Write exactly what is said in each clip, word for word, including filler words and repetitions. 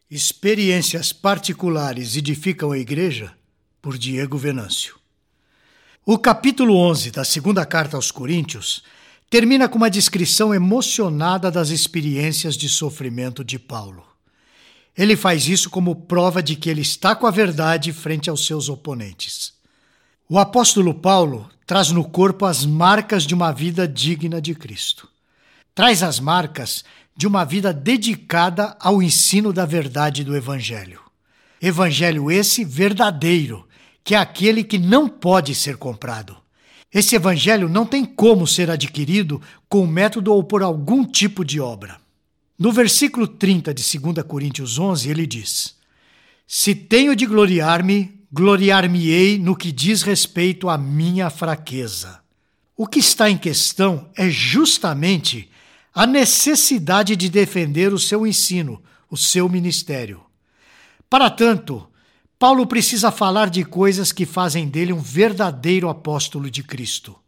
Experiências particulares edificam a igreja, por Diego Venâncio. O capítulo onze da segunda carta aos Coríntios termina com uma descrição emocionada das experiências de sofrimento de Paulo. Ele faz isso como prova de que ele está com a verdade frente aos seus oponentes. O apóstolo Paulo traz no corpo as marcas de uma vida digna de Cristo. Traz as marcas de uma vida dedicada ao ensino da verdade do Evangelho. Evangelho esse verdadeiro, que é aquele que não pode ser comprado. Esse Evangelho não tem como ser adquirido com método ou por algum tipo de obra. No versículo trinta de segunda Coríntios onze, ele diz: Se tenho de gloriar-me, gloriar-me-ei no que diz respeito à minha fraqueza. O que está em questão é justamente a necessidade de defender o seu ensino, o seu ministério. Para tanto, Paulo precisa falar de coisas que fazem dele um verdadeiro apóstolo de Cristo.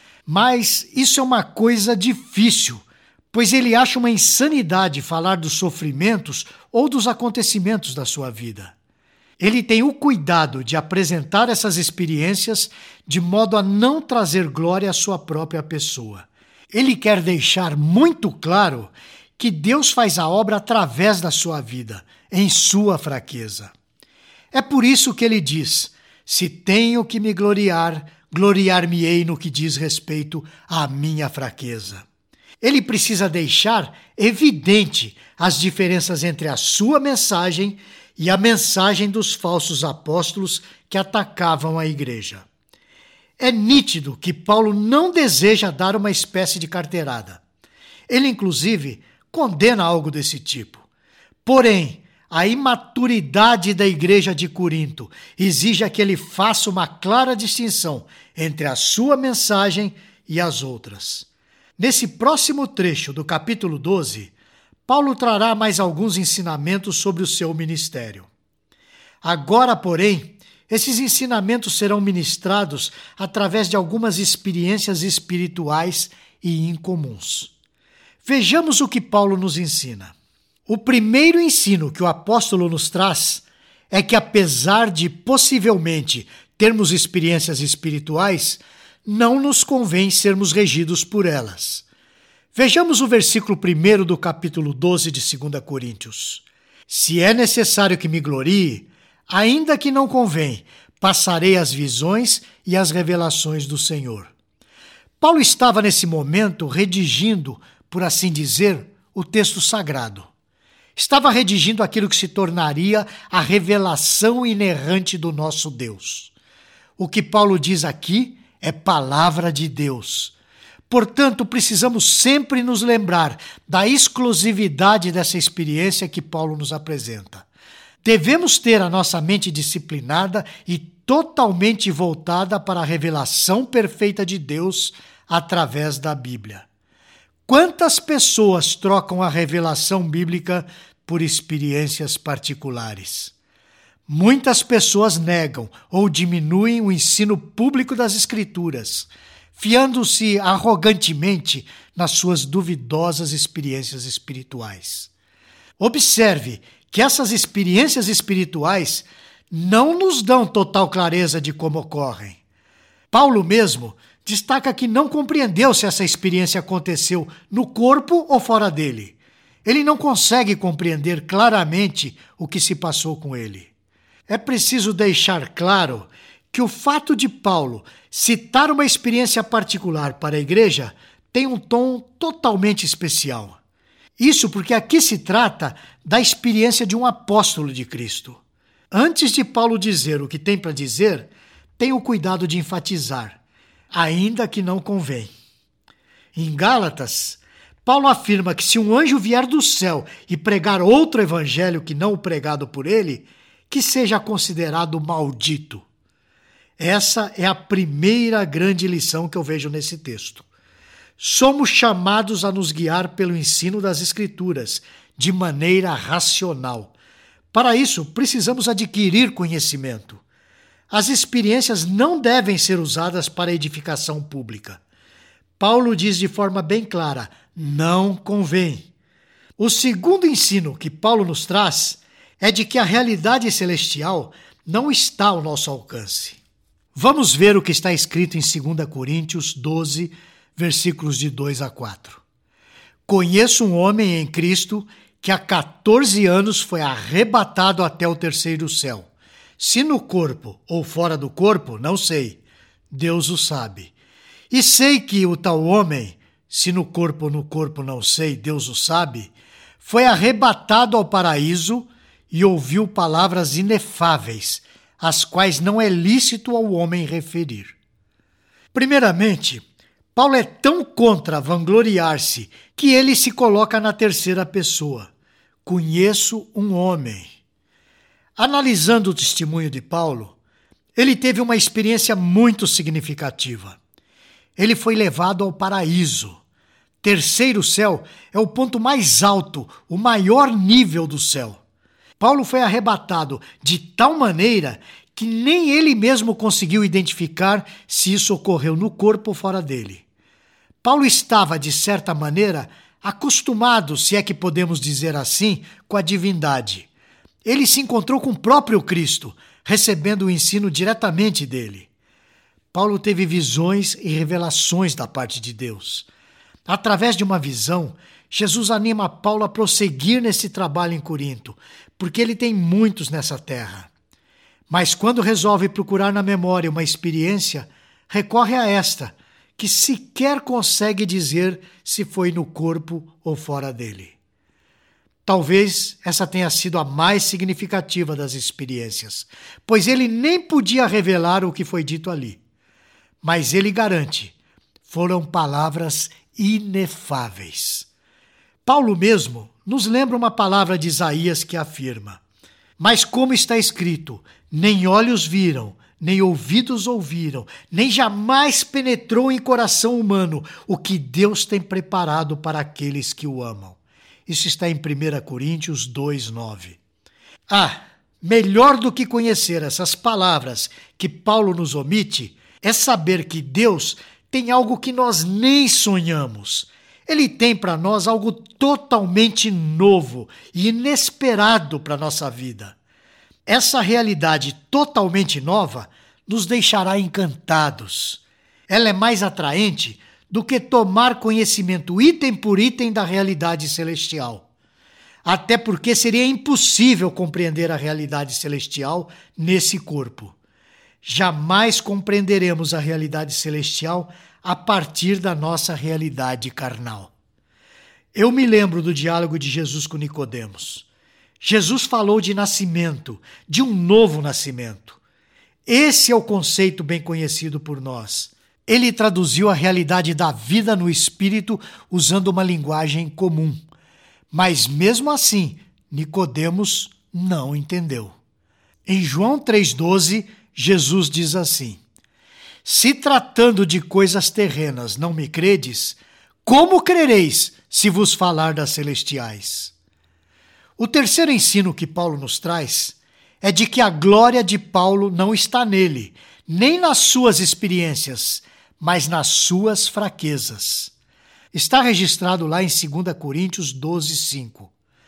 Mas isso é uma coisa difícil, pois ele acha uma insanidade falar dos sofrimentos ou dos acontecimentos da sua vida. Ele tem o cuidado de apresentar essas experiências de modo a não trazer glória à sua própria pessoa. Ele quer deixar muito claro que Deus faz a obra através da sua vida, em sua fraqueza. É por isso que ele diz: se tenho que me gloriar, gloriar-me-ei no que diz respeito à minha fraqueza. Ele precisa deixar evidente as diferenças entre a sua mensagem e a mensagem dos falsos apóstolos que atacavam a igreja. É nítido que Paulo não deseja dar uma espécie de carteirada. Ele, inclusive, condena algo desse tipo. Porém, a imaturidade da igreja de Corinto exige que ele faça uma clara distinção entre a sua mensagem e as outras. Nesse próximo trecho do capítulo doze, Paulo trará mais alguns ensinamentos sobre o seu ministério. Agora, porém, esses ensinamentos serão ministrados através de algumas experiências espirituais e incomuns. Vejamos o que Paulo nos ensina. O primeiro ensino que o apóstolo nos traz é que, apesar de possivelmente termos experiências espirituais, não nos convém sermos regidos por elas. Vejamos o versículo primeiro do capítulo doze de segunda Coríntios. Se é necessário que me glorie, ainda que não convém, passarei as visões e as revelações do Senhor. Paulo estava nesse momento redigindo, por assim dizer, o texto sagrado. Estava redigindo aquilo que se tornaria a revelação inerrante do nosso Deus. O que Paulo diz aqui é palavra de Deus. Portanto, precisamos sempre nos lembrar da exclusividade dessa experiência que Paulo nos apresenta. Devemos ter a nossa mente disciplinada e totalmente voltada para a revelação perfeita de Deus através da Bíblia. Quantas pessoas trocam a revelação bíblica por experiências particulares? Muitas pessoas negam ou diminuem o ensino público das Escrituras, fiando-se arrogantemente nas suas duvidosas experiências espirituais. Observe que essas experiências espirituais não nos dão total clareza de como ocorrem. Paulo mesmo destaca que não compreendeu se essa experiência aconteceu no corpo ou fora dele. Ele não consegue compreender claramente o que se passou com ele. É preciso deixar claro que o fato de Paulo citar uma experiência particular para a igreja tem um tom totalmente especial. Isso porque aqui se trata da experiência de um apóstolo de Cristo. Antes de Paulo dizer o que tem para dizer, tenha o cuidado de enfatizar, ainda que não convém. Em Gálatas, Paulo afirma que se um anjo vier do céu e pregar outro evangelho que não o pregado por ele, que seja considerado maldito. Essa é a primeira grande lição que eu vejo nesse texto. Somos chamados a nos guiar pelo ensino das Escrituras, de maneira racional. Para isso, precisamos adquirir conhecimento. As experiências não devem ser usadas para edificação pública. Paulo diz de forma bem clara: não convém. O segundo ensino que Paulo nos traz é de que a realidade celestial não está ao nosso alcance. Vamos ver o que está escrito em dois Coríntios doze, versículos de dois a quatro. Conheço um homem em Cristo que há quatorze anos foi arrebatado até o terceiro céu. Se no corpo ou fora do corpo, não sei. Deus o sabe. E sei que o tal homem, se no corpo ou no corpo não sei, Deus o sabe, foi arrebatado ao paraíso e ouviu palavras inefáveis, as quais não é lícito ao homem referir. Primeiramente, Paulo é tão contra vangloriar-se que ele se coloca na terceira pessoa. Conheço um homem. Analisando o testemunho de Paulo, ele teve uma experiência muito significativa. Ele foi levado ao paraíso. Terceiro céu é o ponto mais alto, o maior nível do céu. Paulo foi arrebatado de tal maneira que nem ele mesmo conseguiu identificar se isso ocorreu no corpo ou fora dele. Paulo estava, de certa maneira, acostumado, se é que podemos dizer assim, com a divindade. Ele se encontrou com o próprio Cristo, recebendo o ensino diretamente dele. Paulo teve visões e revelações da parte de Deus. Através de uma visão, Jesus anima Paulo a prosseguir nesse trabalho em Corinto, porque ele tem muitos nessa terra. Mas quando resolve procurar na memória uma experiência, recorre a esta, que sequer consegue dizer se foi no corpo ou fora dele. Talvez essa tenha sido a mais significativa das experiências, pois ele nem podia revelar o que foi dito ali. Mas ele garante, foram palavras inefáveis. Paulo mesmo nos lembra uma palavra de Isaías que afirma: mas como está escrito, nem olhos viram, nem ouvidos ouviram, nem jamais penetrou em coração humano o que Deus tem preparado para aqueles que o amam. Isso está em primeira Coríntios dois, nove. Ah, melhor do que conhecer essas palavras que Paulo nos omite, é saber que Deus tem algo que nós nem sonhamos. Ele tem para nós algo totalmente novo e inesperado para a nossa vida. Essa realidade totalmente nova nos deixará encantados. Ela é mais atraente do que tomar conhecimento item por item da realidade celestial. Até porque seria impossível compreender a realidade celestial nesse corpo. Jamais compreenderemos a realidade celestial a partir da nossa realidade carnal. Eu me lembro do diálogo de Jesus com Nicodemos. Jesus falou de nascimento, de um novo nascimento. Esse é o conceito bem conhecido por nós. Ele traduziu a realidade da vida no espírito usando uma linguagem comum. Mas mesmo assim, Nicodemos não entendeu. Em João três, doze, Jesus diz assim: se tratando de coisas terrenas não me credes, como crereis se vos falar das celestiais? O terceiro ensino que Paulo nos traz é de que a glória de Paulo não está nele, nem nas suas experiências, mas nas suas fraquezas. Está registrado lá em dois Coríntios doze, cinco.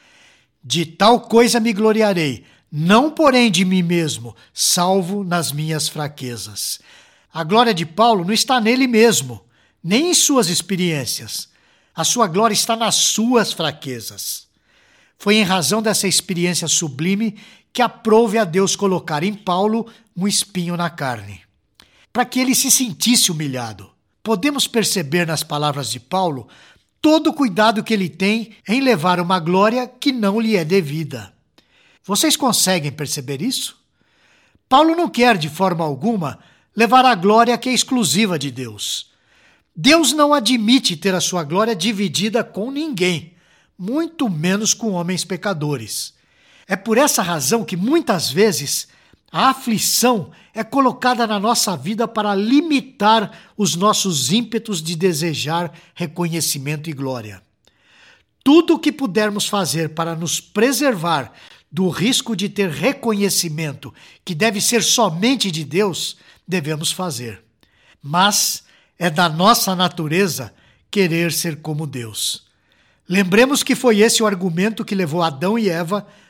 De tal coisa me gloriarei, não porém de mim mesmo, salvo nas minhas fraquezas. A glória de Paulo não está nele mesmo, nem em suas experiências. A sua glória está nas suas fraquezas. Foi em razão dessa experiência sublime que aprouve a Deus colocar em Paulo um espinho na carne, para que ele se sentisse humilhado. Podemos perceber nas palavras de Paulo todo o cuidado que ele tem em levar uma glória que não lhe é devida. Vocês conseguem perceber isso? Paulo não quer de forma alguma levar a glória que é exclusiva de Deus. Deus não admite ter a sua glória dividida com ninguém, muito menos com homens pecadores. É por essa razão que muitas vezes a aflição é colocada na nossa vida para limitar os nossos ímpetos de desejar reconhecimento e glória. Tudo o que pudermos fazer para nos preservar do risco de ter reconhecimento que deve ser somente de Deus, devemos fazer. Mas é da nossa natureza querer ser como Deus. Lembremos que foi esse o argumento que levou Adão e Eva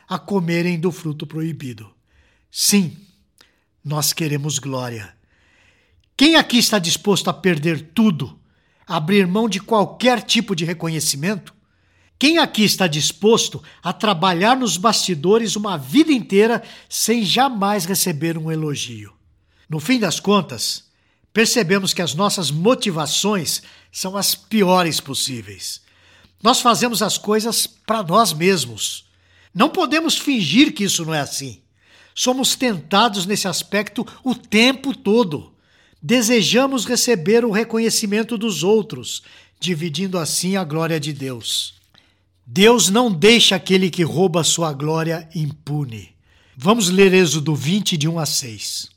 a comerem do fruto proibido. Sim, nós queremos glória. Quem aqui está disposto a perder tudo, a abrir mão de qualquer tipo de reconhecimento? Quem aqui está disposto a trabalhar nos bastidores uma vida inteira sem jamais receber um elogio? No fim das contas, percebemos que as nossas motivações são as piores possíveis. Nós fazemos as coisas para nós mesmos. Não podemos fingir que isso não é assim. Somos tentados nesse aspecto o tempo todo. Desejamos receber o reconhecimento dos outros, dividindo assim a glória de Deus. Deus não deixa aquele que rouba sua glória impune. Vamos ler Êxodo vinte, de um a seis.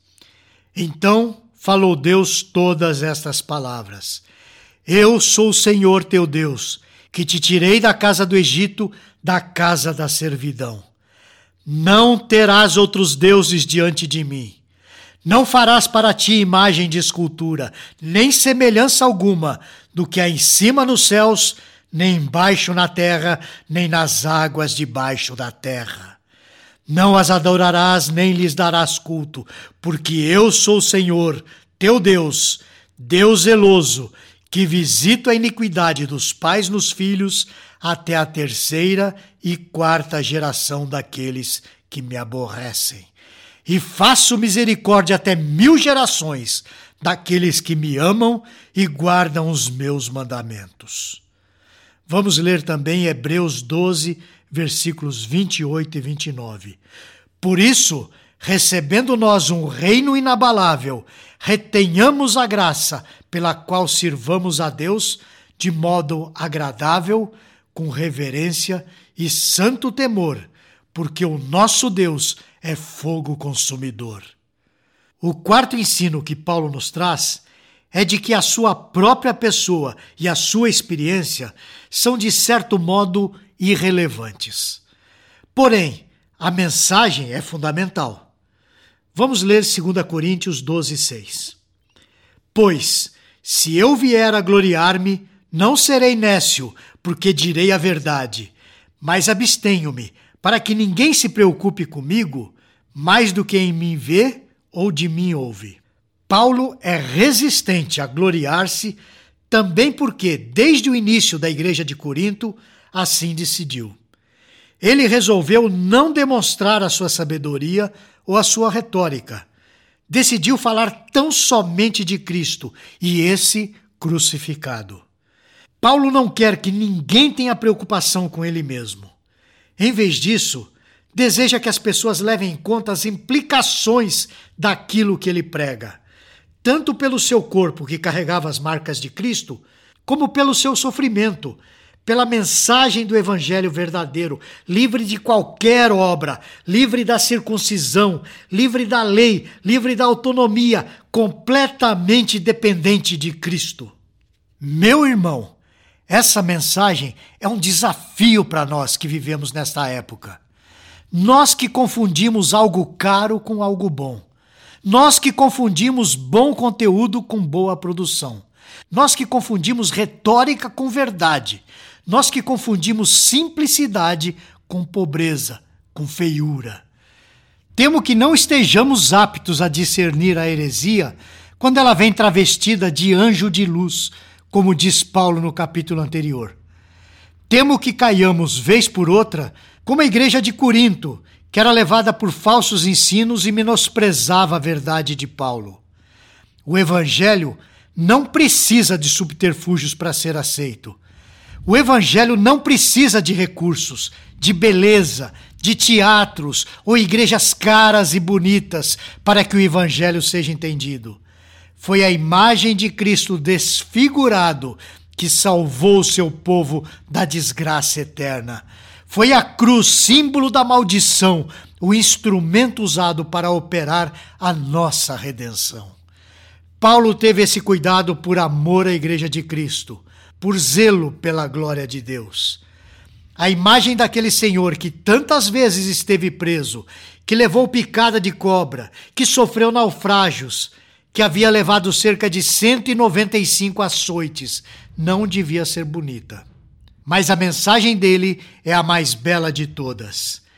Então falou Deus todas estas palavras: Eu sou o Senhor teu Deus, que te tirei da casa do Egito, da casa da servidão. Não terás outros deuses diante de mim. Não farás para ti imagem de escultura, nem semelhança alguma do que há em cima nos céus, nem embaixo na terra, nem nas águas debaixo da terra. Não as adorarás, nem lhes darás culto, porque eu sou o Senhor, teu Deus, Deus zeloso, que visito a iniquidade dos pais nos filhos até a terceira e quarta geração daqueles que me aborrecem. E faço misericórdia até mil gerações daqueles que me amam e guardam os meus mandamentos. Vamos ler também Hebreus doze, versículos vinte e oito e vinte e nove. Por isso, recebendo nós um reino inabalável, retenhamos a graça pela qual sirvamos a Deus de modo agradável, com reverência e santo temor, porque o nosso Deus é fogo consumidor. O quarto ensino que Paulo nos traz é de que a sua própria pessoa e a sua experiência são, de certo modo, irrelevantes. Porém, a mensagem é fundamental. Vamos ler dois Coríntios doze, seis. Pois, se eu vier a gloriar-me, não serei nécio, porque direi a verdade, mas abstenho-me, para que ninguém se preocupe comigo, mais do que em mim vê ou de mim ouve. Paulo é resistente a gloriar-se, também porque, desde o início da igreja de Corinto, assim decidiu. Ele resolveu não demonstrar a sua sabedoria ou a sua retórica. Decidiu falar tão somente de Cristo e esse crucificado. Paulo não quer que ninguém tenha preocupação com ele mesmo. Em vez disso, deseja que as pessoas levem em conta as implicações daquilo que ele prega, tanto pelo seu corpo, que carregava as marcas de Cristo, como pelo seu sofrimento, pela mensagem do evangelho verdadeiro, livre de qualquer obra, livre da circuncisão, livre da lei, livre da autonomia, completamente dependente de Cristo. Meu irmão, essa mensagem é um desafio para nós que vivemos nesta época. Nós que confundimos algo caro com algo bom. Nós que confundimos bom conteúdo com boa produção. Nós que confundimos retórica com verdade. Nós que confundimos simplicidade com pobreza, com feiura. Temo que não estejamos aptos a discernir a heresia quando ela vem travestida de anjo de luz, como diz Paulo no capítulo anterior. Temo que caiamos, vez por outra, como a igreja de Corinto, que era levada por falsos ensinos e menosprezava a verdade de Paulo. O evangelho não precisa de subterfúgios para ser aceito. O evangelho não precisa de recursos, de beleza, de teatros ou igrejas caras e bonitas para que o evangelho seja entendido. Foi a imagem de Cristo desfigurado que salvou o seu povo da desgraça eterna. Foi a cruz, símbolo da maldição, o instrumento usado para operar a nossa redenção. Paulo teve esse cuidado por amor à igreja de Cristo, por zelo pela glória de Deus. A imagem daquele Senhor que tantas vezes esteve preso, que levou picada de cobra, que sofreu naufrágios, que havia levado cerca de cento e noventa e cinco açoites, não devia ser bonita. Mas a mensagem dele é a mais bela de todas.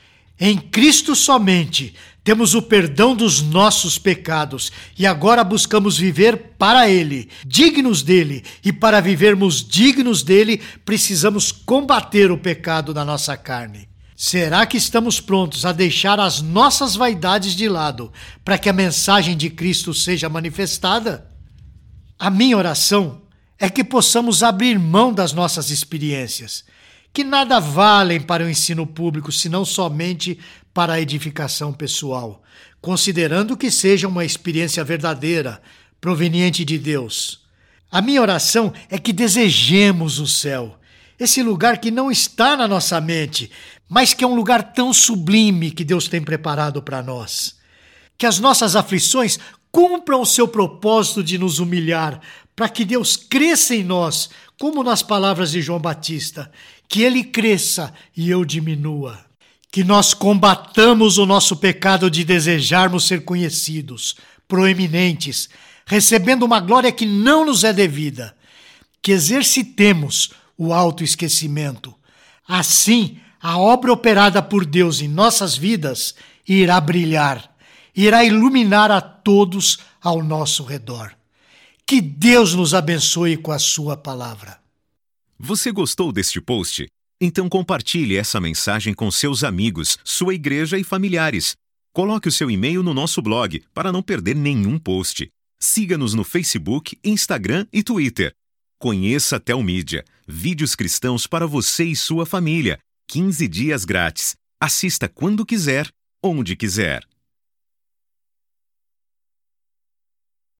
Em Cristo somente temos o perdão dos nossos pecados e agora buscamos viver para Ele, dignos dele, e para vivermos dignos dele precisamos combater o pecado da nossa carne. Será que estamos prontos a deixar as nossas vaidades de lado para que a mensagem de Cristo seja manifestada? A minha oração é que possamos abrir mão das nossas experiências, que nada valem para o ensino público, senão somente para a edificação pessoal, considerando que seja uma experiência verdadeira, proveniente de Deus. A minha oração é que desejemos o céu, esse lugar que não está na nossa mente, mas que é um lugar tão sublime que Deus tem preparado para nós. Que as nossas aflições cumpram o seu propósito de nos humilhar, para que Deus cresça em nós, como nas palavras de João Batista, que Ele cresça e eu diminua. Que nós combatamos o nosso pecado de desejarmos ser conhecidos, proeminentes, recebendo uma glória que não nos é devida. Que exercitemos o autoesquecimento. Assim, a obra operada por Deus em nossas vidas irá brilhar, irá iluminar a todos ao nosso redor. Que Deus nos abençoe com a sua palavra. Você gostou deste post? Então compartilhe essa mensagem com seus amigos, sua igreja e familiares. Coloque o seu e-mail no nosso blog para não perder nenhum post. Siga-nos no Facebook, Instagram e Twitter. Conheça a Telmídia, vídeos cristãos para você e sua família. quinze dias grátis. Assista quando quiser, onde quiser.